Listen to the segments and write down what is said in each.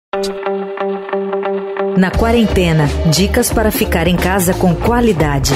Na quarentena, dicas para ficar em casa com qualidade.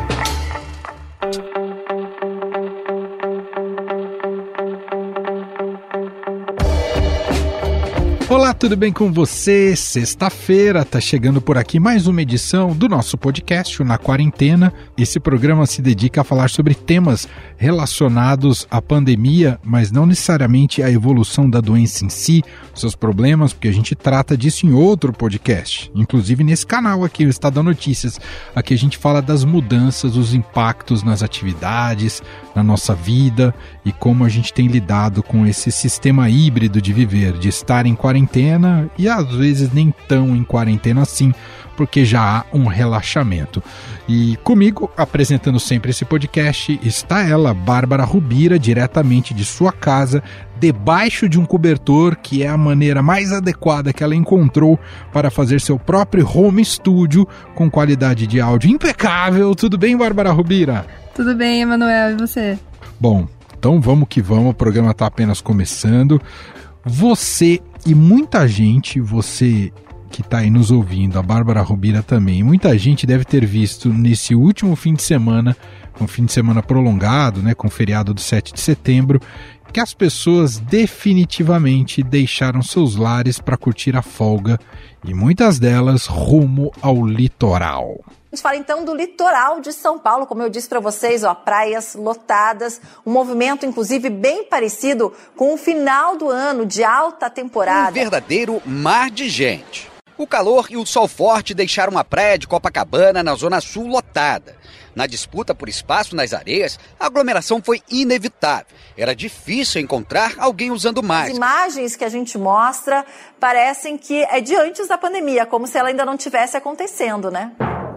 Olá, tudo bem com você? Sexta-feira, tá chegando por aqui mais uma edição do nosso podcast, o Na Quarentena. Esse programa se dedica a falar sobre temas relacionados à pandemia, mas não necessariamente à evolução da doença em si, seus problemas, porque a gente trata disso em outro podcast. Inclusive nesse canal aqui, o Estadão Notícias. Aqui a gente fala das mudanças, os impactos nas atividades, na nossa vida e como a gente tem lidado com esse sistema híbrido de viver, de estar em quarentena e às vezes nem tão em quarentena assim, porque já há um relaxamento. E comigo, apresentando sempre esse podcast, está ela, Bárbara Rubira, diretamente de sua casa, debaixo de um cobertor, que é a maneira mais adequada que ela encontrou para fazer seu próprio home studio com qualidade de áudio impecável. Tudo bem, Bárbara Rubira? Tudo bem, Emanuel, e você? Bom, então vamos que vamos, o programa está apenas começando. Você e muita gente, você que está aí nos ouvindo, a Bárbara Rubira também, muita gente deve ter visto nesse último fim de semana, um fim de semana prolongado, né, com o feriado do 7 de setembro, que as pessoas definitivamente deixaram seus lares para curtir a folga e muitas delas rumo ao litoral. A gente fala então do litoral de São Paulo, como eu disse para vocês, praias lotadas, um movimento inclusive bem parecido com o final do ano de alta temporada. Um verdadeiro mar de gente. O calor e o sol forte deixaram a praia de Copacabana, na Zona Sul, lotada. Na disputa por espaço nas areias, a aglomeração foi inevitável. Era difícil encontrar alguém usando máscara. As imagens que a gente mostra parecem que é de antes da pandemia, como se ela ainda não tivesse acontecendo, né?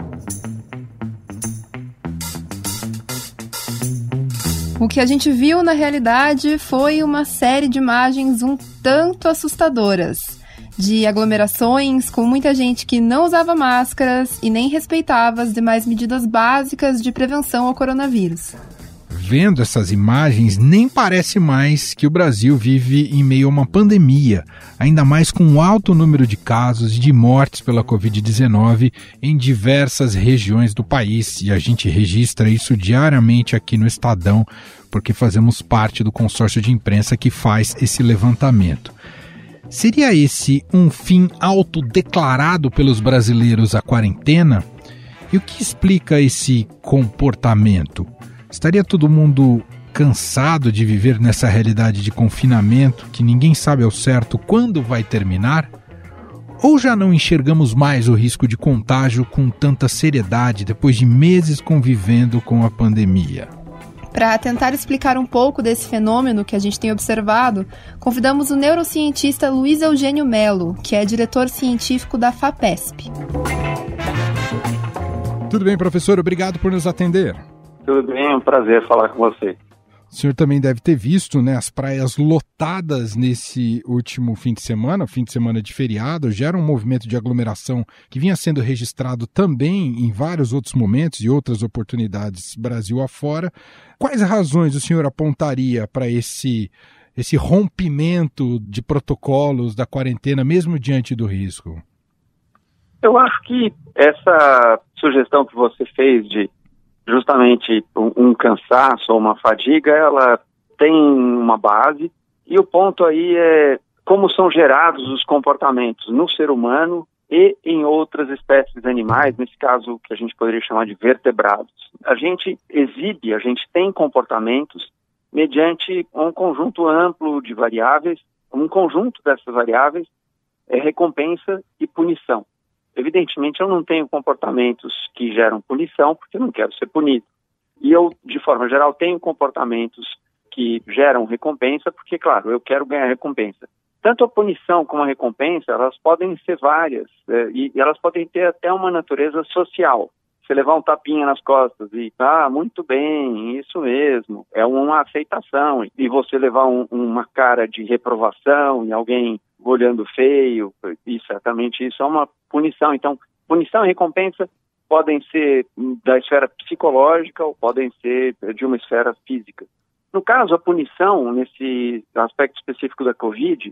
O que a gente viu na realidade foi uma série de imagens um tanto assustadoras, de aglomerações com muita gente que não usava máscaras e nem respeitava as demais medidas básicas de prevenção ao coronavírus. Vendo essas imagens, nem parece mais que o Brasil vive em meio a uma pandemia, ainda mais com um alto número de casos e de mortes pela Covid-19 em diversas regiões do país. E a gente registra isso diariamente aqui no Estadão, porque fazemos parte do consórcio de imprensa que faz esse levantamento. Seria esse um fim autodeclarado pelos brasileiros à quarentena? E o que explica esse comportamento? Estaria todo mundo cansado de viver nessa realidade de confinamento que ninguém sabe ao certo quando vai terminar? Ou já não enxergamos mais o risco de contágio com tanta seriedade depois de meses convivendo com a pandemia? Para tentar explicar um pouco desse fenômeno que a gente tem observado, convidamos o neurocientista Luiz Eugênio Melo, que é diretor científico da FAPESP. Tudo bem, professor? Obrigado por nos atender. Tudo bem, é um prazer falar com você. O senhor também deve ter visto, né, as praias lotadas nesse último fim de semana de feriado, gera um movimento de aglomeração que vinha sendo registrado também em vários outros momentos e outras oportunidades Brasil afora. Quais razões o senhor apontaria para esse rompimento de protocolos da quarentena, mesmo diante do risco? Eu acho que essa sugestão que você fez de justamente um cansaço ou uma fadiga, ela tem uma base, e o ponto aí é como são gerados os comportamentos no ser humano e em outras espécies animais, nesse caso que a gente poderia chamar de vertebrados. A gente tem comportamentos mediante um conjunto amplo de variáveis, um conjunto dessas variáveis é recompensa e punição. Evidentemente, eu não tenho comportamentos que geram punição, porque eu não quero ser punido. E eu, de forma geral, tenho comportamentos que geram recompensa, porque, claro, eu quero ganhar recompensa. Tanto a punição como a recompensa, elas podem ser várias, e elas podem ter até uma natureza social. Você levar um tapinha nas costas e, muito bem, isso mesmo, é uma aceitação. E você levar uma cara de reprovação e alguém olhando feio, e certamente isso é uma punição. Então, punição e recompensa podem ser da esfera psicológica ou podem ser de uma esfera física. No caso, a punição, nesse aspecto específico da Covid,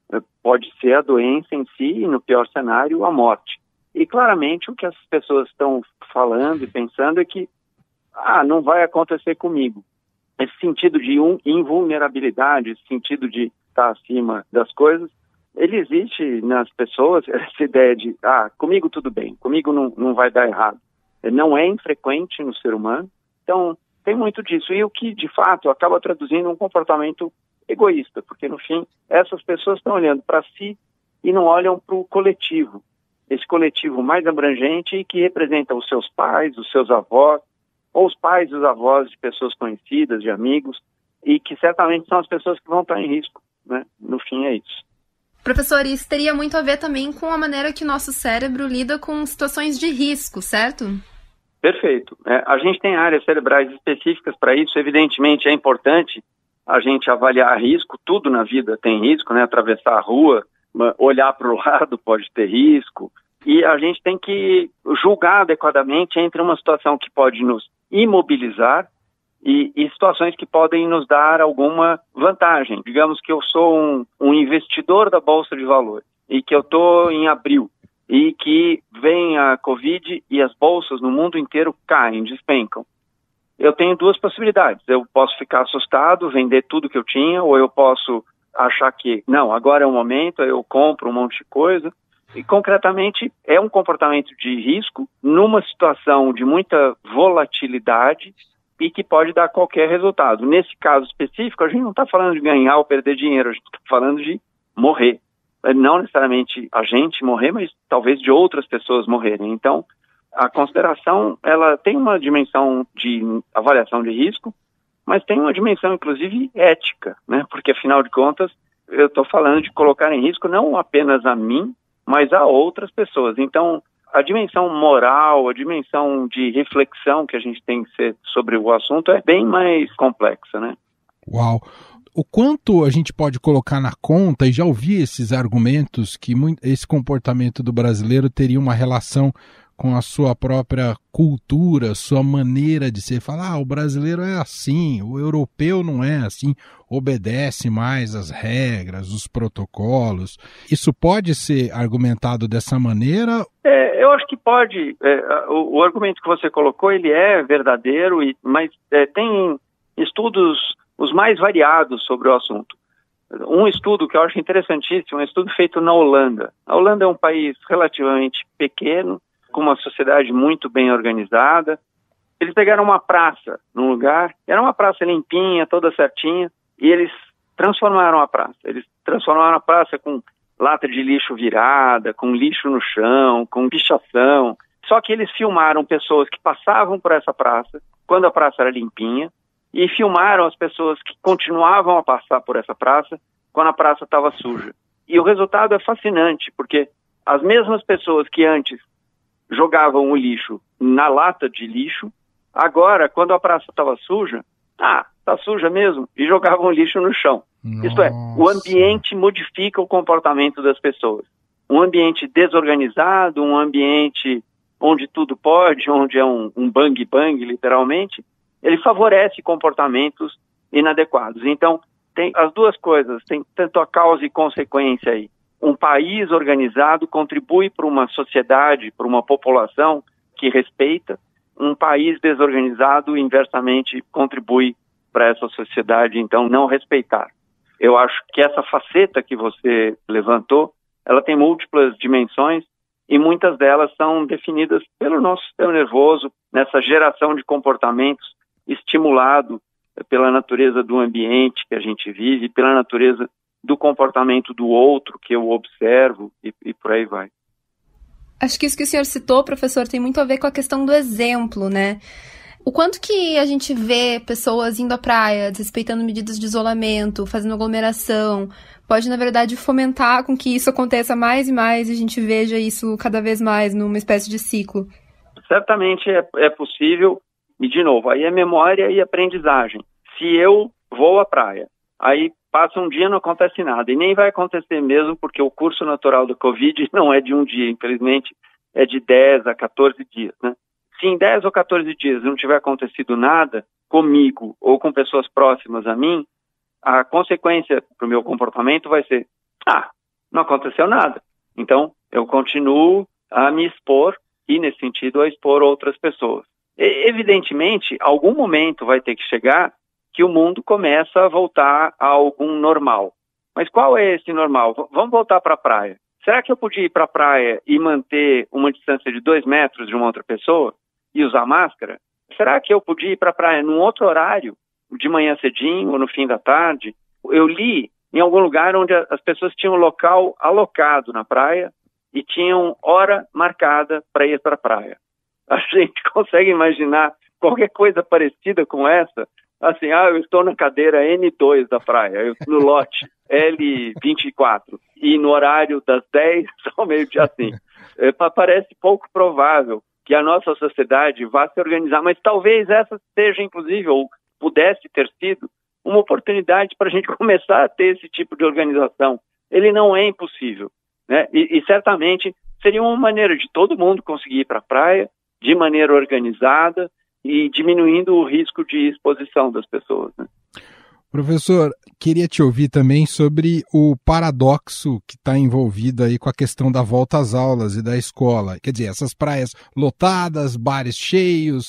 Pode ser a doença em si e, no pior cenário, a morte. E claramente o que as pessoas estão falando e pensando é que não vai acontecer comigo. Esse sentido de invulnerabilidade, esse sentido de estar acima das coisas, ele existe nas pessoas, essa ideia de, comigo tudo bem, comigo não vai dar errado. Não é infrequente no ser humano, então tem muito disso. E o que, de fato, acaba traduzindo um comportamento egoísta, porque, no fim, essas pessoas estão olhando para si e não olham para o coletivo. Esse coletivo mais abrangente e que representa os seus pais, os seus avós, ou os pais e os avós de pessoas conhecidas, de amigos, e que certamente são as pessoas que vão estar em risco, né? No fim, é isso. Professor, isso teria muito a ver também com a maneira que o nosso cérebro lida com situações de risco, certo? Perfeito. A gente tem áreas cerebrais específicas para isso. Evidentemente, é importante a gente avaliar risco. Tudo na vida tem risco, né? Atravessar a rua, olhar para o lado pode ter risco. E a gente tem que julgar adequadamente entre uma situação que pode nos imobilizar e situações que podem nos dar alguma vantagem. Digamos que eu sou um investidor da Bolsa de Valores e que eu estou em abril e que vem a Covid e as bolsas no mundo inteiro caem, despencam. Eu tenho duas possibilidades. Eu posso ficar assustado, vender tudo que eu tinha, ou eu posso achar que, não, agora é o momento, eu compro um monte de coisa. E, concretamente, é um comportamento de risco numa situação de muita volatilidade e que pode dar qualquer resultado. Nesse caso específico, a gente não está falando de ganhar ou perder dinheiro, a gente está falando de morrer. Não necessariamente a gente morrer, mas talvez de outras pessoas morrerem. Então, a consideração, ela tem uma dimensão de avaliação de risco, mas tem uma dimensão, inclusive, ética, né? Porque, afinal de contas, eu estou falando de colocar em risco não apenas a mim, mas a outras pessoas. Então, a dimensão moral, a dimensão de reflexão que a gente tem que ter sobre o assunto é bem mais complexa, né? Uau! O quanto a gente pode colocar na conta, e já ouvi esses argumentos, que esse comportamento do brasileiro teria uma relação com a sua própria cultura, sua maneira de ser. Falar, o brasileiro é assim, o europeu não é assim, obedece mais às regras, os protocolos. Isso pode ser argumentado dessa maneira? Eu acho que pode. O argumento que você colocou, ele é verdadeiro, mas tem estudos os mais variados sobre o assunto. Um estudo que eu acho interessantíssimo, um estudo feito na Holanda. A Holanda é um país relativamente pequeno, com uma sociedade muito bem organizada. Eles pegaram uma praça num lugar, era uma praça limpinha, toda certinha, e eles transformaram a praça. Eles transformaram a praça com lata de lixo virada, com lixo no chão, com pichação. Só que eles filmaram pessoas que passavam por essa praça, quando a praça era limpinha, e filmaram as pessoas que continuavam a passar por essa praça, quando a praça estava suja. E o resultado é fascinante, porque as mesmas pessoas que antes jogavam o lixo na lata de lixo, agora, quando a praça estava suja, está suja mesmo, e jogavam o lixo no chão. Nossa. Isto é, o ambiente modifica o comportamento das pessoas. Um ambiente desorganizado, um ambiente onde tudo pode, onde é um bang-bang, literalmente, ele favorece comportamentos inadequados. Então, tem as duas coisas, tem tanto a causa e consequência aí. Um país organizado contribui para uma sociedade, para uma população que respeita. Um país desorganizado, inversamente, contribui para essa sociedade, então, não respeitar. Eu acho que essa faceta que você levantou, ela tem múltiplas dimensões e muitas delas são definidas pelo nosso sistema nervoso, nessa geração de comportamentos estimulado pela natureza do ambiente que a gente vive, pela natureza do comportamento do outro que eu observo e por aí vai. Acho que isso que o senhor citou, professor, tem muito a ver com a questão do exemplo, né? O quanto que a gente vê pessoas indo à praia, desrespeitando medidas de isolamento, fazendo aglomeração, pode, na verdade, fomentar com que isso aconteça mais e mais e a gente veja isso cada vez mais numa espécie de ciclo. Certamente é possível, e de novo, aí é memória e aprendizagem. Se eu vou à praia, aí passa um dia e não acontece nada, e nem vai acontecer mesmo, porque o curso natural do Covid não é de um dia, infelizmente, é de 10 a 14 dias, né? Se em 10 ou 14 dias não tiver acontecido nada comigo ou com pessoas próximas a mim, a consequência para o meu comportamento vai ser, não aconteceu nada. Então, eu continuo a me expor e, nesse sentido, a expor outras pessoas. Evidentemente, algum momento vai ter que chegar que o mundo começa a voltar a algum normal. Mas qual é esse normal? Vamos voltar para a praia. Será que eu podia ir para a praia e manter uma distância de 2 metros de uma outra pessoa e usar máscara? Será que eu podia ir para a praia num outro horário, de manhã cedinho ou no fim da tarde? Eu li em algum lugar onde as pessoas tinham local alocado na praia e tinham hora marcada para ir para a praia. A gente consegue imaginar qualquer coisa parecida com essa? Assim, eu estou na cadeira N2 da praia, no lote L24, e no horário das 10 ao meio-dia, assim. Parece pouco provável que a nossa sociedade vá se organizar, mas talvez essa seja, inclusive, ou pudesse ter sido, uma oportunidade para a gente começar a ter esse tipo de organização. Ele não é impossível, né? E certamente seria uma maneira de todo mundo conseguir ir para a praia de maneira organizada e diminuindo o risco de exposição das pessoas, né? Professor, queria te ouvir também sobre o paradoxo que está envolvido aí com a questão da volta às aulas e da escola. Quer dizer, essas praias lotadas, bares cheios,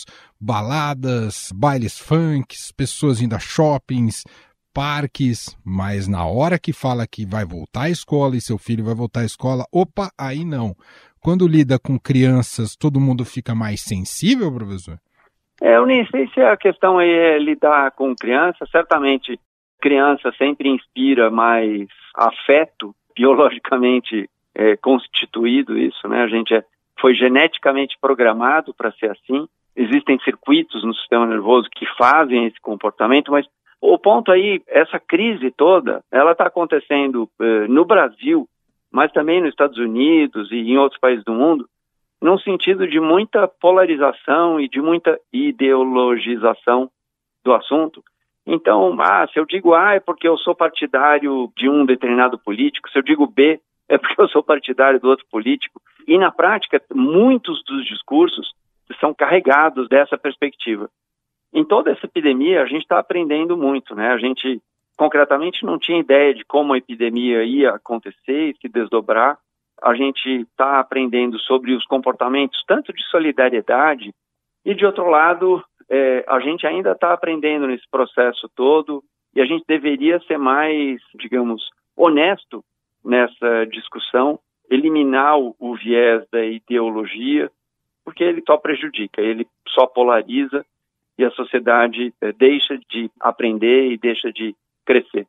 baladas, bailes funks, pessoas indo a shoppings, parques, mas na hora que fala que vai voltar à escola e seu filho vai voltar à escola, opa, aí não. Quando lida com crianças, todo mundo fica mais sensível, professor? Eu nem sei se a questão aí é lidar com criança. Certamente, criança sempre inspira mais afeto, biologicamente constituído isso, né? A gente foi geneticamente programado para ser assim. Existem circuitos no sistema nervoso que fazem esse comportamento, mas o ponto aí, essa crise toda, ela está acontecendo no Brasil, mas também nos Estados Unidos e em outros países do mundo, num sentido de muita polarização e de muita ideologização do assunto. Então, se eu digo A é porque eu sou partidário de um determinado político, se eu digo B é porque eu sou partidário do outro político. E na prática, muitos dos discursos são carregados dessa perspectiva. Em toda essa epidemia, a gente está aprendendo muito, né? A gente, concretamente, não tinha ideia de como a epidemia ia acontecer e se desdobrar. A gente está aprendendo sobre os comportamentos tanto de solidariedade e, de outro lado, a gente ainda está aprendendo nesse processo todo e a gente deveria ser mais, digamos, honesto nessa discussão, eliminar o viés da ideologia, porque ele só prejudica, ele só polariza e a sociedade deixa de aprender e deixa de crescer.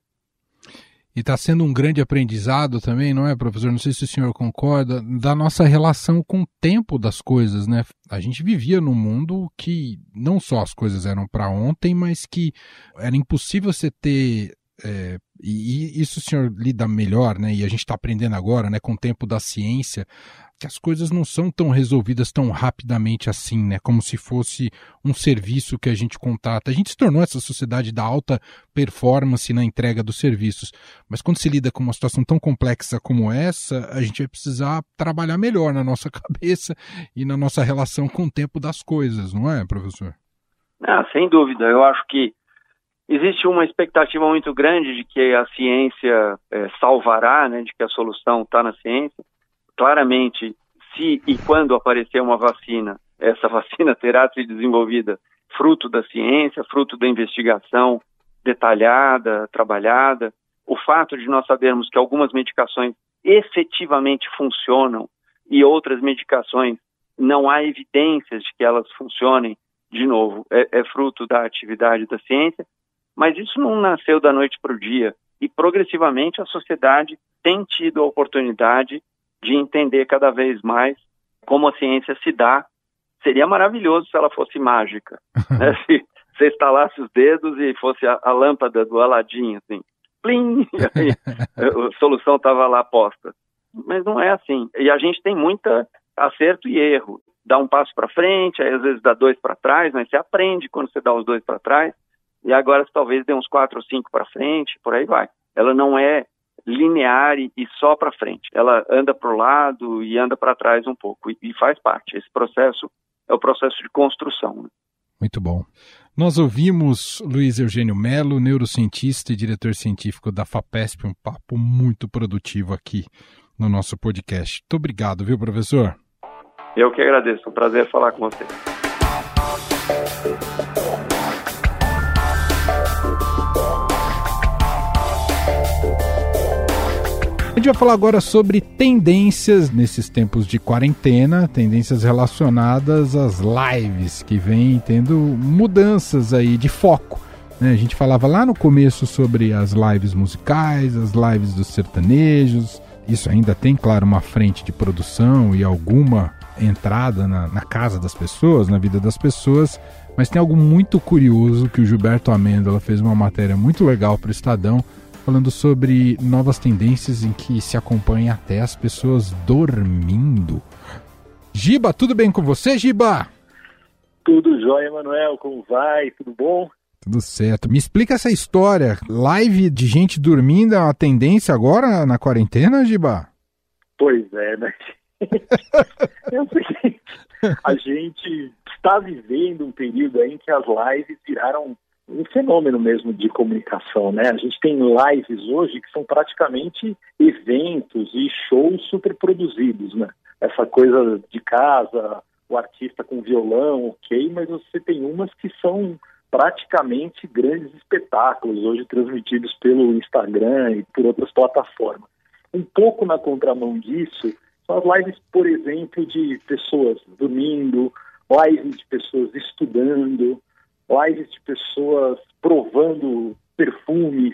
E está sendo um grande aprendizado também, não é, professor? Não sei se o senhor concorda, da nossa relação com o tempo das coisas, né? A gente vivia num mundo que não só as coisas eram para ontem, mas que era impossível você ter... e isso o senhor lida melhor, né? E a gente está aprendendo agora, né, com o tempo da ciência, que as coisas não são tão resolvidas tão rapidamente assim, né? Como se fosse um serviço que a gente contrata. A gente se tornou essa sociedade da alta performance na entrega dos serviços. Mas quando se lida com uma situação tão complexa como essa, a gente vai precisar trabalhar melhor na nossa cabeça e na nossa relação com o tempo das coisas, não é, professor? Sem dúvida. Eu acho que existe uma expectativa muito grande de que a ciência salvará, né? De que a solução está na ciência. Claramente, se e quando aparecer uma vacina, essa vacina terá sido desenvolvida fruto da ciência, fruto da investigação detalhada, trabalhada. O fato de nós sabermos que algumas medicações efetivamente funcionam e outras medicações não há evidências de que elas funcionem, de novo, é fruto da atividade da ciência, mas isso não nasceu da noite para o dia e progressivamente a sociedade tem tido a oportunidade de entender cada vez mais como a ciência se dá. Seria maravilhoso se ela fosse mágica, né? Se você estalasse os dedos e fosse a lâmpada do Aladim, assim, plim, e aí a solução estava lá posta. Mas não é assim. E a gente tem muita acerto e erro. Dá um passo para frente, aí às vezes dá 2 para trás, mas você aprende quando você dá os 2 para trás, e agora talvez dê uns 4 ou 5 para frente, por aí vai. Ela não é linear e só para frente. Ela anda para o lado e anda para trás um pouco e faz parte. Esse processo é o processo de construção, né? Muito bom. Nós ouvimos Luiz Eugênio Melo, neurocientista e diretor científico da FAPESP, um papo muito produtivo aqui no nosso podcast. Muito obrigado, viu, professor? Eu que agradeço, um prazer falar com você. A gente vai falar agora sobre tendências nesses tempos de quarentena, tendências relacionadas às lives, que vem tendo mudanças aí de foco, né? A gente falava lá no começo sobre as lives musicais, as lives dos sertanejos. Isso ainda tem, claro, uma frente de produção e alguma entrada na casa das pessoas, na vida das pessoas, mas tem algo muito curioso que o Gilberto Amêndola fez uma matéria muito legal para o Estadão, falando sobre novas tendências em que se acompanha até as pessoas dormindo. Giba, tudo bem com você, Giba? Tudo jóia, Manuel, como vai? Tudo bom? Tudo certo. Me explica essa história. Live de gente dormindo é uma tendência agora na quarentena, Giba? Pois é, né? É o seguinte, a gente está vivendo um período aí em que as lives viraram um fenômeno mesmo de comunicação, né? A gente tem lives hoje que são praticamente eventos e shows super produzidos, né? Essa coisa de casa, o artista com violão, ok, mas você tem umas que são praticamente grandes espetáculos, hoje transmitidos pelo Instagram e por outras plataformas. Um pouco na contramão disso, são as lives, por exemplo, de pessoas dormindo, lives de pessoas estudando, lives de pessoas provando perfumes,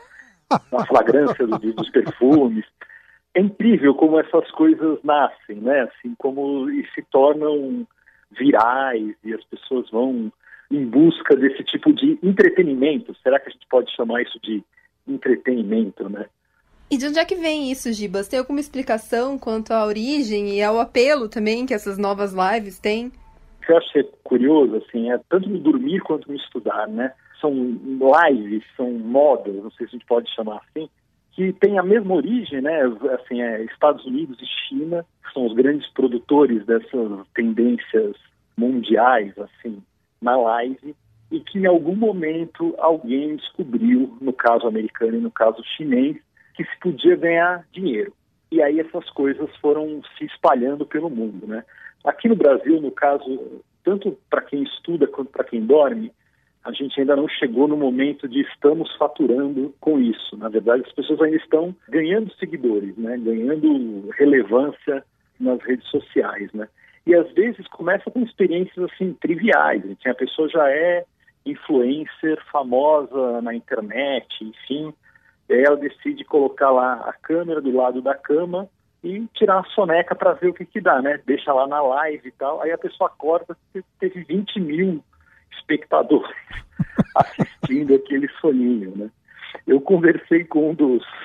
a fragrância dos perfumes. É incrível como essas coisas nascem, né? Assim como e se tornam virais e as pessoas vão em busca desse tipo de entretenimento. Será que a gente pode chamar isso de entretenimento, né? E de onde é que vem isso, Gibas? Tem alguma explicação quanto à origem e ao apelo também que essas novas lives têm? O que eu acho curioso, assim, é tanto no dormir quanto no estudar, né? São lives, são modas, não sei se a gente pode chamar assim, que tem a mesma origem, né? Assim, Estados Unidos e China são os grandes produtores dessas tendências mundiais, assim, na live, e que em algum momento alguém descobriu, no caso americano e no caso chinês, que se podia ganhar dinheiro. E aí essas coisas foram se espalhando pelo mundo, né? Aqui no Brasil, no caso, tanto para quem estuda quanto para quem dorme, a gente ainda não chegou no momento de estamos faturando com isso. Na verdade, as pessoas ainda estão ganhando seguidores, né? Ganhando relevância nas redes sociais, né? E às vezes começa com experiências assim triviais. A pessoa já é influencer, famosa na internet, enfim. E aí ela decide colocar lá a câmera do lado da cama e tirar a soneca para ver o que dá, né? Deixa lá na live e tal. Aí a pessoa acorda e teve 20 mil espectadores assistindo aquele soninho, né? Eu conversei com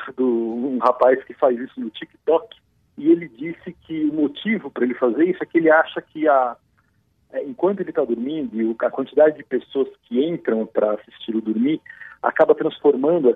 um rapaz que faz isso no TikTok e ele disse que o motivo para ele fazer isso é que ele acha que enquanto ele está dormindo, a quantidade de pessoas que entram para assistir o dormir acaba transformando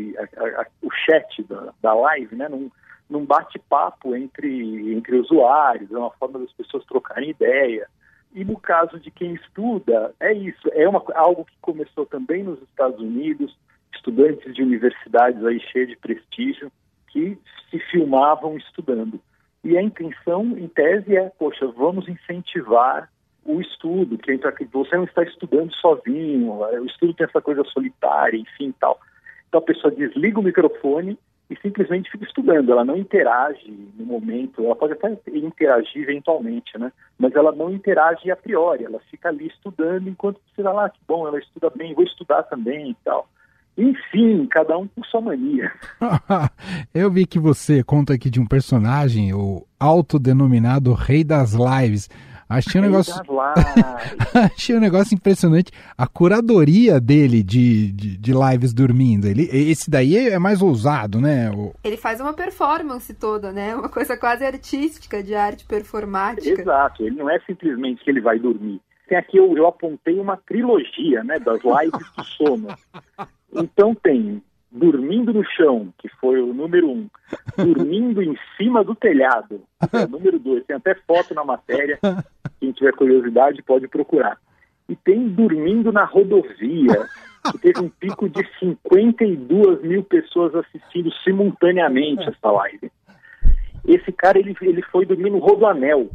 o chat da live, né, num bate-papo entre usuários, é uma forma das pessoas trocarem ideia. E no caso de quem estuda, é isso, algo que começou também nos Estados Unidos, estudantes de universidades aí cheios de prestígio, que se filmavam estudando. E a intenção, em tese, vamos incentivar o estudo, que você não está estudando sozinho, o estudo tem essa coisa solitária, enfim, tal. Então a pessoa desliga o microfone e simplesmente fica estudando, ela não interage no momento, ela pode até interagir eventualmente, né? Mas ela não interage a priori, ela fica ali estudando enquanto você vai lá, que bom, ela estuda bem, vou estudar também e tal. Enfim, cada um com sua mania. Eu vi que você conta aqui de um personagem, o autodenominado Rei das Lives. Achei um negócio impressionante. A curadoria dele de lives dormindo. Esse daí é mais ousado, né? Ele faz uma performance toda, né? Uma coisa quase artística, de arte performática. Exato. Ele não é simplesmente que ele vai dormir. Tem aqui, eu apontei uma trilogia, né? Das lives do sono. Então tem Dormindo no Chão, que foi o número 1. Dormindo em cima do telhado, que é o número 2. Tem até foto na matéria. Quem tiver curiosidade pode procurar. E tem dormindo na rodovia, que teve um pico de 52 mil pessoas assistindo simultaneamente essa live. Esse cara, ele foi dormir no Rodoanel.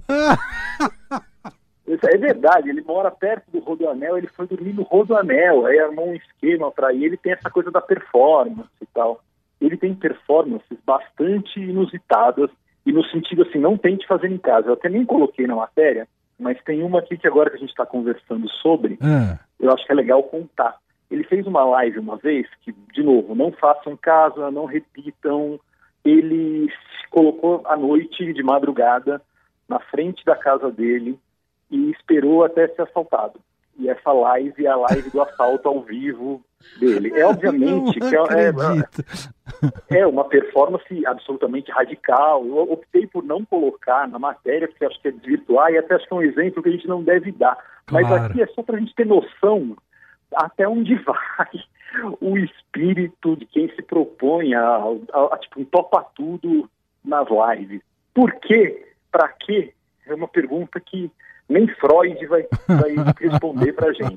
É verdade, ele mora perto do Rodoanel, ele foi dormir no Rodoanel, aí armou um esquema para ele tem essa coisa da performance e tal. Ele tem performances bastante inusitadas, e no sentido assim, não tente fazer em casa. Eu até nem coloquei na matéria, mas tem uma aqui que agora que a gente está conversando sobre, eu acho que é legal contar. Ele fez uma live uma vez, que, de novo, não façam em casa, não repitam. Ele se colocou à noite, de madrugada, na frente da casa dele e esperou até ser assaltado. E essa live é a live do assalto ao vivo dele. É obviamente que é uma performance absolutamente radical. Eu optei por não colocar na matéria, porque acho que é desvirtuar, e até acho que é um exemplo que a gente não deve dar. Claro. Mas aqui é só para a gente ter noção até onde vai o espírito de quem se propõe a tipo, topa tudo nas lives. Por quê? Para quê? É uma pergunta que nem Freud vai responder pra gente.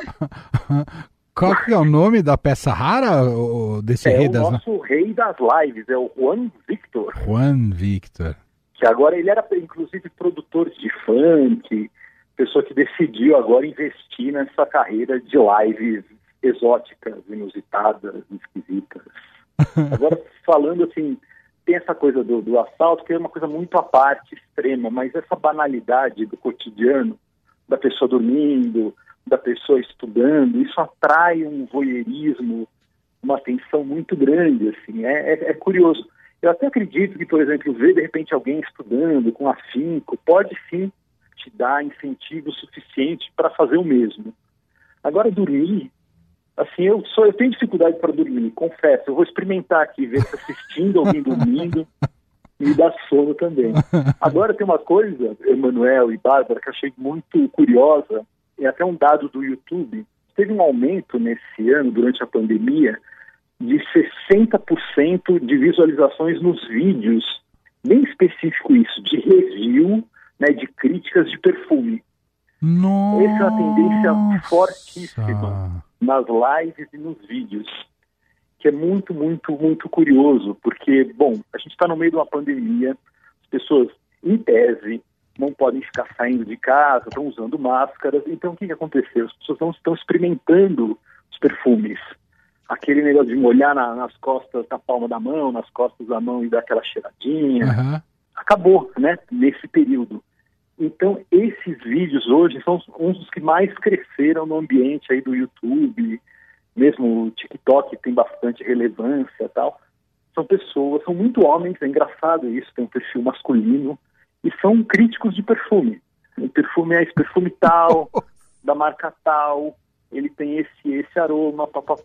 Qual que é o nome da peça rara desse rei das... o nosso rei das lives, é o Juan Victor. Juan Victor. Que agora ele era, inclusive, produtor de funk, pessoa que decidiu agora investir nessa carreira de lives exóticas, inusitadas, esquisitas. Agora, falando assim, tem essa coisa do assalto, que é uma coisa muito à parte, extrema, mas essa banalidade do cotidiano, da pessoa dormindo, da pessoa estudando, isso atrai um voyeurismo, uma atenção muito grande, assim, é curioso. Eu até acredito que, por exemplo, ver de repente alguém estudando com afinco, pode sim te dar incentivo suficiente para fazer o mesmo. Agora, dormir, assim, eu tenho dificuldade para dormir, confesso. Eu vou experimentar aqui, ver se assistindo alguém dormindo me dá sono também. Agora tem uma coisa, Emanuel e Bárbara, que eu achei muito curiosa, é até um dado do YouTube. Teve um aumento nesse ano, durante a pandemia, de 60% de visualizações nos vídeos, bem específico isso, de review, né, de críticas de perfume. Nossa. Essa é uma tendência fortíssima nas lives e nos vídeos, que é muito, muito, muito curioso, porque, bom, a gente está no meio de uma pandemia, as pessoas, em tese, não podem ficar saindo de casa, estão usando máscaras, então o que aconteceu? As pessoas não estão experimentando os perfumes. Aquele negócio de molhar nas costas da palma da mão, nas costas da mão e dar aquela cheiradinha, acabou, né, nesse período. Então, esses vídeos hoje são uns dos que mais cresceram no ambiente aí do YouTube, mesmo o TikTok tem bastante relevância e tal. São pessoas, são muito homens, é engraçado isso, tem um perfil masculino, e são críticos de perfume. O perfume é esse perfume tal, da marca tal, ele tem esse aroma,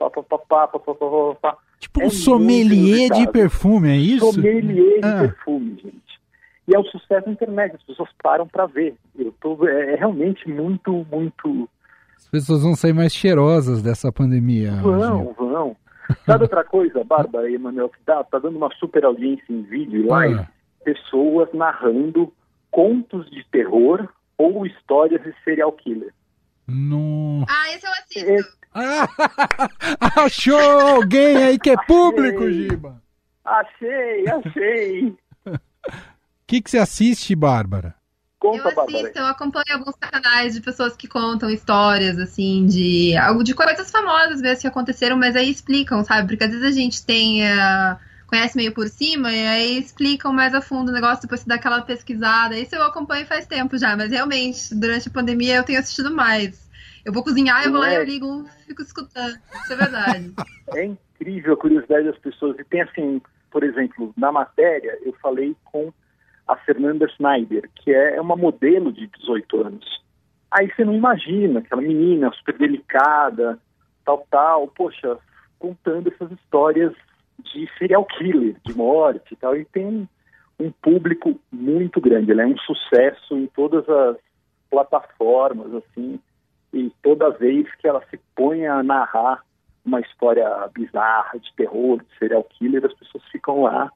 Tipo um sommelier de perfume, é isso? Sommelier de perfume, gente. E é um sucesso na internet, as pessoas param para ver. É realmente muito, muito... As pessoas vão sair mais cheirosas dessa pandemia. Vão. Sabe outra coisa, Bárbara e Emanuel, que tá dando uma super audiência em vídeo e live? Pessoas narrando contos de terror ou histórias de serial killer. Não. Esse eu assisto. Achou alguém aí que é público, Giba? Achei. O que você assiste, Bárbara? Conta, eu assisto, eu acompanho alguns canais de pessoas que contam histórias, assim, de coisas famosas mesmo que aconteceram, mas aí explicam, sabe? Porque às vezes a gente conhece meio por cima e aí explicam mais a fundo o negócio, depois você dá aquela pesquisada. Isso eu acompanho faz tempo já, mas realmente, durante a pandemia eu tenho assistido mais. Eu vou cozinhar, eu vou lá e eu ligo, fico escutando. Isso é verdade. É incrível a curiosidade das pessoas. E tem assim, por exemplo, na matéria eu falei com a Fernanda Schneider, que é uma modelo de 18 anos. Aí você não imagina, aquela menina super delicada, tal, poxa, contando essas histórias de serial killer, de morte e tal, e tem um público muito grande. Ela é um sucesso em todas as plataformas, assim, e toda vez que ela se põe a narrar uma história bizarra, de terror, de serial killer, as pessoas ficam lá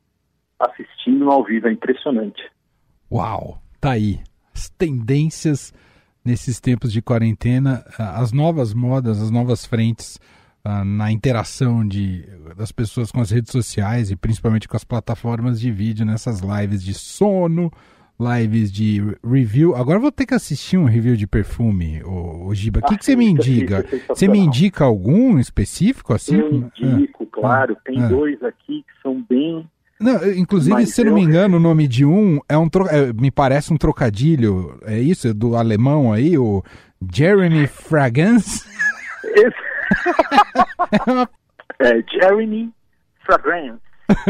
assistindo ao vivo, é impressionante. Uau, tá aí. As tendências nesses tempos de quarentena, as novas modas, as novas frentes na interação das pessoas com as redes sociais e principalmente com as plataformas de vídeo, nessas lives de sono, lives de review. Agora eu vou ter que assistir um review de perfume, o Giba. O que você me indica? Você me indica algum específico assim? Eu indico, claro. Tem dois aqui que são bem... Não, inclusive, se não me engano, o nome de um me parece um trocadilho. É isso? Do alemão aí, o Jeremy Fragrance? Jeremy Fragrance.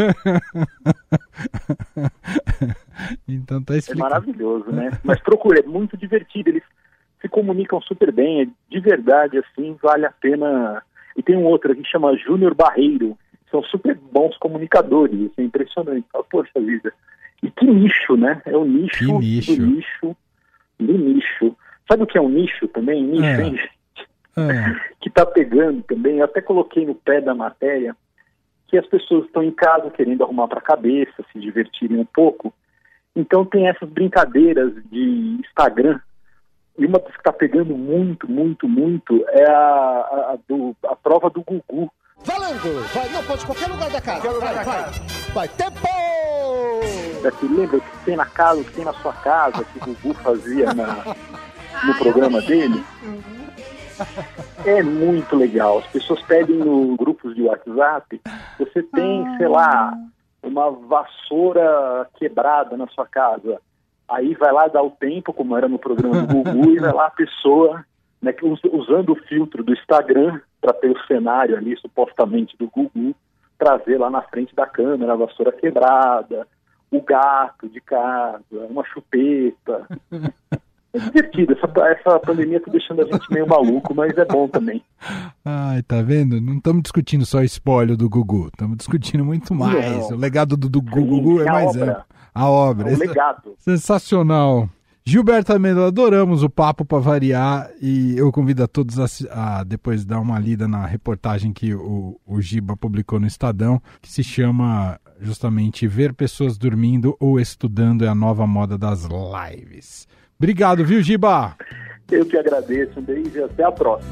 Então tá explicado. É maravilhoso, né? Mas procure, é muito divertido. Eles se comunicam super bem. De verdade, assim, vale a pena. E tem um outro aqui que chama Júnior Barreiro. São super bons comunicadores. Isso é impressionante. Poxa vida. E que nicho, né? É o nicho do nicho do nicho. Sabe o que é um nicho também? Nicho, hein, gente? Que tá pegando também. Eu até coloquei no pé da matéria que as pessoas estão em casa querendo arrumar para a cabeça, se divertirem um pouco. Então tem essas brincadeiras de Instagram. E uma das que está pegando muito, muito, muito é a prova do Gugu. Valendo! Vai, não, pode qualquer lugar da casa. Vai, tempo! Daqui, lembra o que tem na casa, o que tem na sua casa, que o Gugu fazia no programa dele? É muito legal. As pessoas pedem no grupos de WhatsApp. Você tem, sei lá, uma vassoura quebrada na sua casa. Aí vai lá dar o tempo, como era no programa do Gugu, e vai lá a pessoa, né, usando o filtro do Instagram para ter o cenário ali, supostamente, do Gugu, trazer lá na frente da câmera a vassoura quebrada, o gato de casa, uma chupeta. É divertido, essa pandemia tá deixando a gente meio maluco, mas é bom também. Ai, tá vendo? Não estamos discutindo só o espólio do Gugu, estamos discutindo muito mais. Não. O legado do Gugu é mais amplo. A obra. O legado. Sensacional. Gilberto Amêndola, adoramos o papo para variar e eu convido a todos a depois dar uma lida na reportagem que o Giba publicou no Estadão, que se chama justamente Ver Pessoas Dormindo ou Estudando é a Nova Moda das Lives. Obrigado, viu, Giba? Eu que agradeço. Um beijo e até a próxima.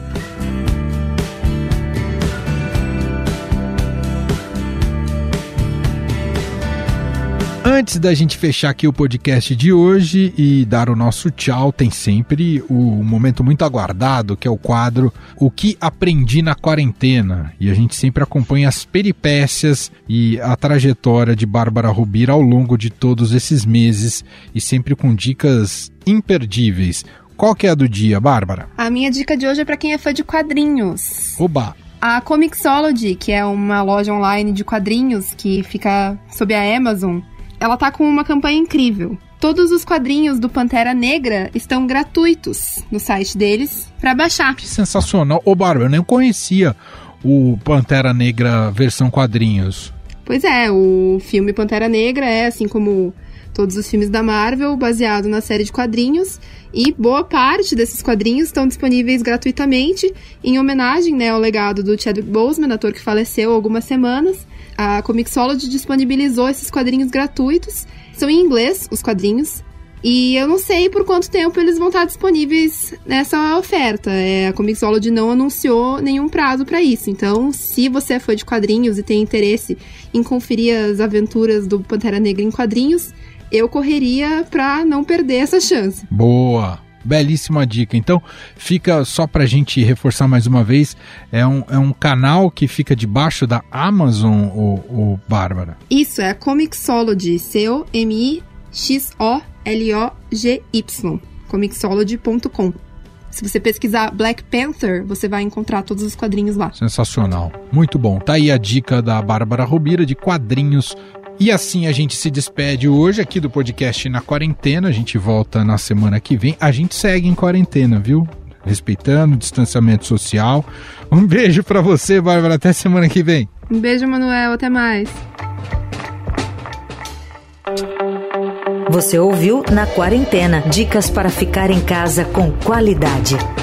Antes da gente fechar aqui o podcast de hoje e dar o nosso tchau, tem sempre o momento muito aguardado, que é o quadro O que Aprendi na Quarentena. E a gente sempre acompanha as peripécias e a trajetória de Bárbara Rubira ao longo de todos esses meses e sempre com dicas imperdíveis. Qual que é a do dia, Bárbara? A minha dica de hoje é para quem é fã de quadrinhos. Oba! A Comixology, que é uma loja online de quadrinhos que fica sob a Amazon, ela tá com uma campanha incrível. Todos os quadrinhos do Pantera Negra estão gratuitos no site deles para baixar. Que sensacional. Ô, Bárbara, eu nem conhecia o Pantera Negra versão quadrinhos. Pois é, o filme Pantera Negra é, assim como todos os filmes da Marvel, baseado na série de quadrinhos. E boa parte desses quadrinhos estão disponíveis gratuitamente em homenagem, né, ao legado do Chadwick Boseman, ator que faleceu há algumas semanas. A Comixology disponibilizou esses quadrinhos gratuitos. São em inglês, os quadrinhos. E eu não sei por quanto tempo eles vão estar disponíveis nessa oferta. A Comixology não anunciou nenhum prazo para isso. Então, se você é fã de quadrinhos e tem interesse em conferir as aventuras do Pantera Negra em quadrinhos, eu correria para não perder essa chance. Boa! Belíssima dica. Então, fica só pra gente reforçar mais uma vez, é um canal que fica debaixo da Amazon, ou Bárbara? Isso, é a Comixology, COMIXOLOGY, comixology.com. Se você pesquisar Black Panther, você vai encontrar todos os quadrinhos lá. Sensacional, muito bom. Tá aí a dica da Bárbara Rubira de quadrinhos. E assim a gente se despede hoje aqui do podcast Na Quarentena. A gente volta na semana que vem. A gente segue em quarentena, viu? Respeitando o distanciamento social. Um beijo pra você, Bárbara. Até semana que vem. Um beijo, Manuel. Até mais. Você ouviu Na Quarentena. Dicas para ficar em casa com qualidade.